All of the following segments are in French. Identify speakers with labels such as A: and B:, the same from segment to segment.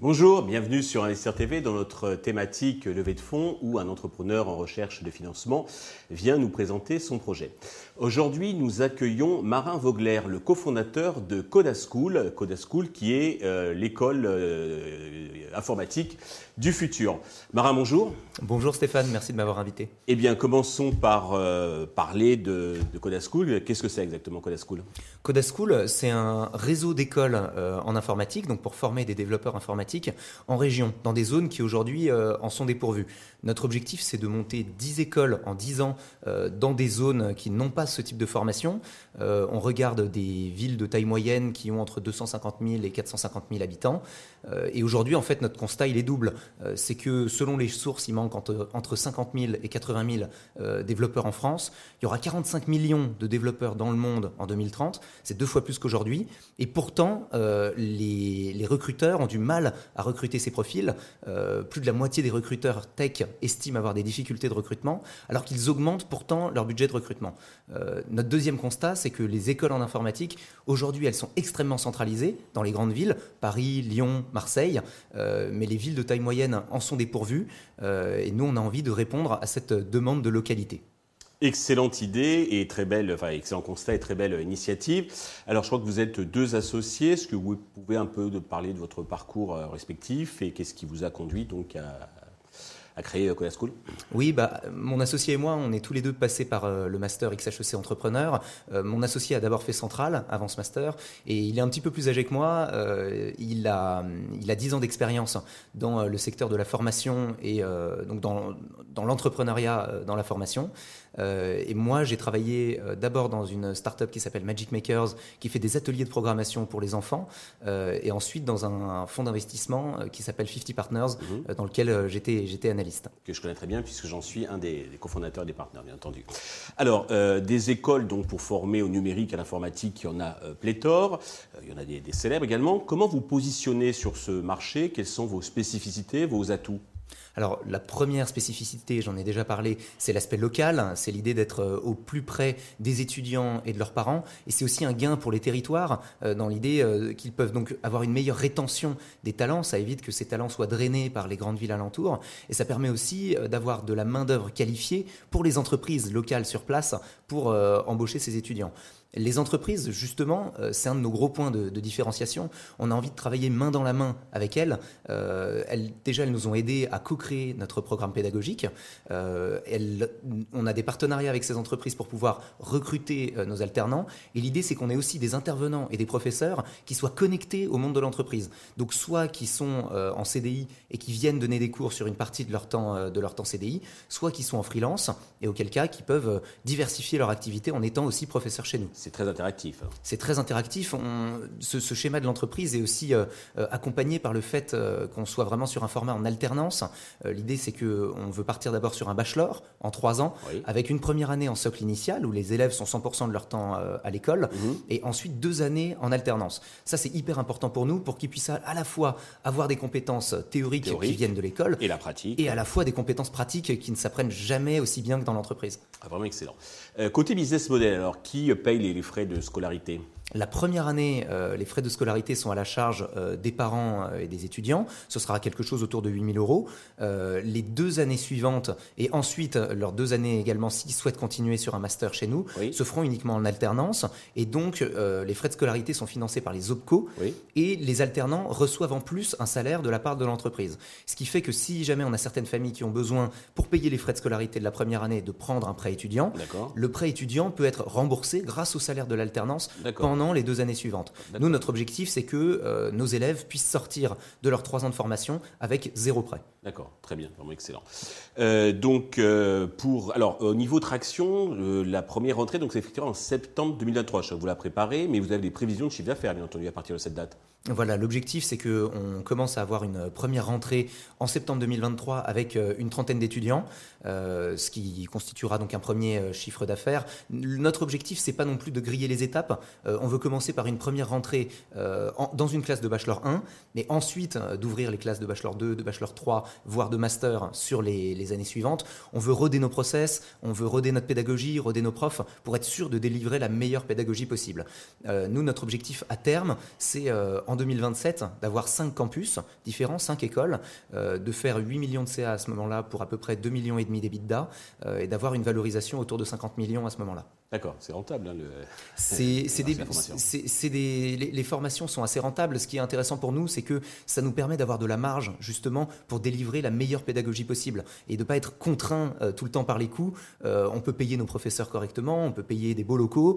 A: Bonjour, bienvenue sur Investir TV dans notre thématique levée de fonds où un entrepreneur en recherche de financement vient nous présenter son projet. Aujourd'hui, nous accueillons Marin Vogler, le cofondateur de Codaschool. Codaschool qui est l'école informatique du futur. Marin, bonjour.
B: Bonjour Stéphane, merci de m'avoir invité.
A: Eh bien, commençons par parler de Codaschool. Qu'est-ce que c'est exactement Codaschool ?
B: Codaschool, c'est un réseau d'écoles en informatique, donc pour former des développeurs informatiques en région, dans des zones qui aujourd'hui en sont dépourvues. Notre objectif, c'est de monter 10 écoles en 10 ans dans des zones qui n'ont pas ce type de formation. On regarde des villes de taille moyenne qui ont entre 250 000 et 450 000 habitants. Et aujourd'hui, en fait, notre constat, il est double. C'est que selon les sources, il manque entre 50 000 et 80 000 développeurs en France. Il y aura 45 millions de développeurs dans le monde en 2030. C'est 2 fois plus qu'aujourd'hui. Et pourtant, les recruteurs ont du mal à recruter ces profils. Plus de la moitié des recruteurs tech estiment avoir des difficultés de recrutement, alors qu'ils augmentent pourtant leur budget de recrutement. Notre deuxième constat, c'est que les écoles en informatique, aujourd'hui, elles sont extrêmement centralisées dans les grandes villes, Paris, Lyon, Marseille, mais les villes de taille moyenne en sont dépourvues, et nous, on a envie de répondre à cette demande de localité.
A: Excellente idée et très belle, excellent constat et très belle initiative. Alors, je crois que vous êtes 2 associés. Est-ce que vous pouvez un peu parler de votre parcours respectif et qu'est-ce qui vous a conduit donc à créer Codaschool ?
B: Oui, mon associé et moi, on est tous les deux passés par le master XHEC Entrepreneur. Mon associé a d'abord fait Centrale avant ce master et il est un petit peu plus âgé que moi. Il a 10 ans d'expérience dans le secteur de la formation et donc dans l'entrepreneuriat dans la formation. Et moi, j'ai travaillé d'abord dans une start-up qui s'appelle Magic Makers, qui fait des ateliers de programmation pour les enfants, et ensuite dans un fonds d'investissement qui s'appelle 50 Partners, dans lequel j'étais analyste.
A: Que je connais très bien puisque j'en suis un des cofondateurs et des partenaires, bien entendu. Alors, des écoles donc, pour former au numérique, à l'informatique, il y en a pléthore. Il y en a des célèbres également. Comment vous positionnez sur ce marché ? Quelles sont vos spécificités, vos atouts ?
B: Alors, la première spécificité, j'en ai déjà parlé, c'est l'aspect local. C'est l'idée d'être au plus près des étudiants et de leurs parents. Et c'est aussi un gain pour les territoires, dans l'idée qu'ils peuvent donc avoir une meilleure rétention des talents. Ça évite que ces talents soient drainés par les grandes villes alentours. Et ça permet aussi d'avoir de la main-d'œuvre qualifiée pour les entreprises locales sur place pour embaucher ces étudiants. Les entreprises, justement, c'est un de nos gros points de différenciation. On a envie de travailler main dans la main avec elles. Déjà, elles nous ont aidés à co-créer notre programme pédagogique. On a des partenariats avec ces entreprises pour pouvoir recruter nos alternants. Et l'idée, c'est qu'on ait aussi des intervenants et des professeurs qui soient connectés au monde de l'entreprise. Donc, soit qui sont en CDI et qui viennent donner des cours sur une partie de leur temps CDI, soit qui sont en freelance et auquel cas, qui peuvent diversifier leur activité en étant aussi professeurs chez nous.
A: C'est très interactif.
B: C'est très interactif. Ce schéma de l'entreprise est aussi accompagné par le fait qu'on soit vraiment sur un format en alternance. L'idée, c'est qu'on veut partir d'abord sur un bachelor en 3 ans, avec une première année en socle initial où les élèves sont 100% de leur temps à l'école, et ensuite 2 années en alternance. Ça, c'est hyper important pour nous, pour qu'ils puissent à la fois avoir des compétences théoriques qui viennent de l'école,
A: et la pratique,
B: et à la fois des compétences pratiques qui ne s'apprennent jamais aussi bien que dans l'entreprise.
A: Ah, vraiment excellent. Côté business model, alors qui paye les frais de scolarité ?
B: La première année, les frais de scolarité sont à la charge des parents et des étudiants. Ce sera quelque chose autour de 8 000 €. Les 2 années suivantes et ensuite leurs 2 années également, s'ils souhaitent continuer sur un master chez nous, se feront uniquement en alternance. Et donc, les frais de scolarité sont financés par les OPCO et les alternants reçoivent en plus un salaire de la part de l'entreprise. Ce qui fait que si jamais on a certaines familles qui ont besoin, pour payer les frais de scolarité de la première année, de prendre un prêt étudiant, le prêt étudiant peut être remboursé grâce au salaire de l'alternance pendant les 2 années suivantes. Nous, notre objectif, c'est que nos élèves puissent sortir de leurs 3 ans de formation avec 0 prêt.
A: D'accord, très bien, vraiment excellent. Alors, au niveau traction, la première rentrée, donc c'est effectivement en septembre 2023. Je sais que vous la préparez, mais vous avez des prévisions de chiffre d'affaires, bien entendu, à partir de cette date.
B: Voilà, l'objectif, c'est qu'on commence à avoir une première rentrée en septembre 2023 avec une trentaine d'étudiants, ce qui constituera donc un premier chiffre d'affaires. Notre objectif, c'est pas non plus de griller les étapes. On veut commencer par une première rentrée dans une classe de Bachelor 1, mais ensuite d'ouvrir les classes de Bachelor 2, de Bachelor 3 voire de master sur les années suivantes. On veut roder nos process, on veut roder notre pédagogie, roder nos profs pour être sûr de délivrer la meilleure pédagogie possible. Nous, notre objectif à terme, c'est en 2027 d'avoir 5 campus différents, 5 écoles, de faire 8 millions de CA à ce moment-là pour à peu près 2,5 millions d'EBITDA et d'avoir une valorisation autour de 50 millions à ce moment-là.
A: D'accord, c'est rentable. Hein,
B: les formations sont assez rentables. Ce qui est intéressant pour nous, c'est que ça nous permet d'avoir de la marge justement pour délivrer la meilleure pédagogie possible et de ne pas être contraint tout le temps par les coûts. On peut payer nos professeurs correctement, on peut payer des beaux locaux.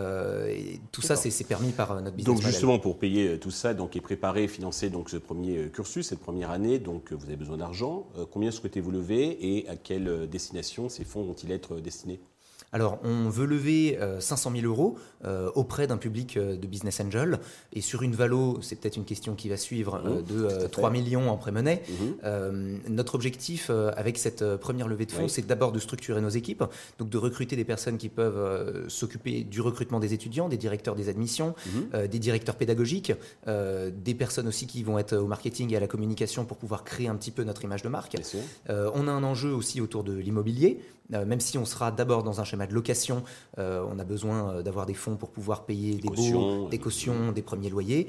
B: Et tout ça, c'est permis par notre business model.
A: Donc justement, pour payer tout ça et préparer et financer donc, ce premier cursus, cette première année, donc, vous avez besoin d'argent. Combien souhaitez-vous lever et à quelle destination ces fonds vont-ils être destinés ?
B: Alors, on veut lever 500 000 euros auprès d'un public de business angel. Et sur une valo, c'est peut-être une question qui va suivre, de 3 millions en pré-money. Notre objectif avec cette première levée de fonds, c'est d'abord de structurer nos équipes, donc de recruter des personnes qui peuvent s'occuper du recrutement des étudiants, des directeurs des admissions, des directeurs pédagogiques, des personnes aussi qui vont être au marketing et à la communication pour pouvoir créer un petit peu notre image de marque. On a un enjeu aussi autour de l'immobilier. Même si on sera d'abord dans un schéma de location, on a besoin d'avoir des fonds pour pouvoir payer des baux, des cautions, des premiers loyers.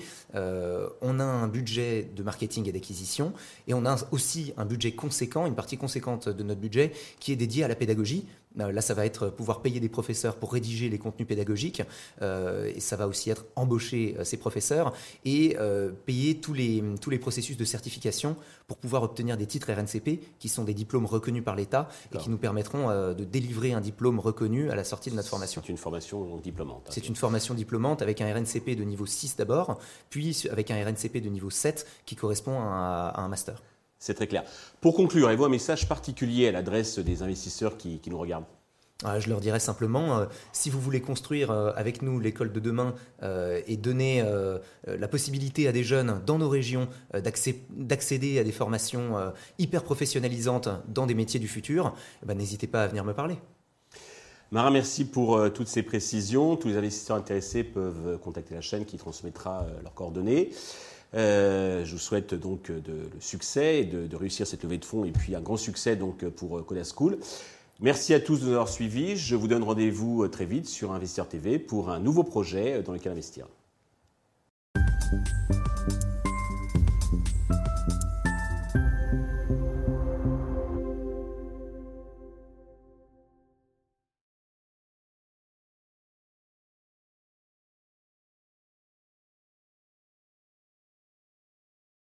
B: On a un budget de marketing et d'acquisition et on a aussi un budget conséquent, une partie conséquente de notre budget qui est dédiée à la pédagogie. Là, ça va être pouvoir payer des professeurs pour rédiger les contenus pédagogiques et ça va aussi être embaucher ces professeurs et payer tous les processus de certification pour pouvoir obtenir des titres RNCP qui sont des diplômes reconnus par l'État et qui nous permettront de délivrer un diplôme reconnu à la sortie de notre formation.
A: C'est une formation diplômante.
B: C'est une formation diplômante avec un RNCP de niveau 6 d'abord, puis avec un RNCP de niveau 7 qui correspond à un master.
A: C'est très clair. Pour conclure, avez-vous un message particulier à l'adresse des investisseurs qui nous regardent ?
B: Je leur dirais simplement, si vous voulez construire avec nous l'école de demain et donner la possibilité à des jeunes dans nos régions d'accéder à des formations hyper professionnalisantes dans des métiers du futur, n'hésitez pas à venir me parler.
A: Marin, merci pour toutes ces précisions. Tous les investisseurs intéressés peuvent contacter la chaîne qui transmettra leurs coordonnées. Je vous souhaite donc le succès et de réussir cette levée de fonds et puis un grand succès donc pour Coda School. Merci à tous de nous avoir suivis. Je vous donne rendez-vous très vite sur Investisseur TV pour un nouveau projet dans lequel investir.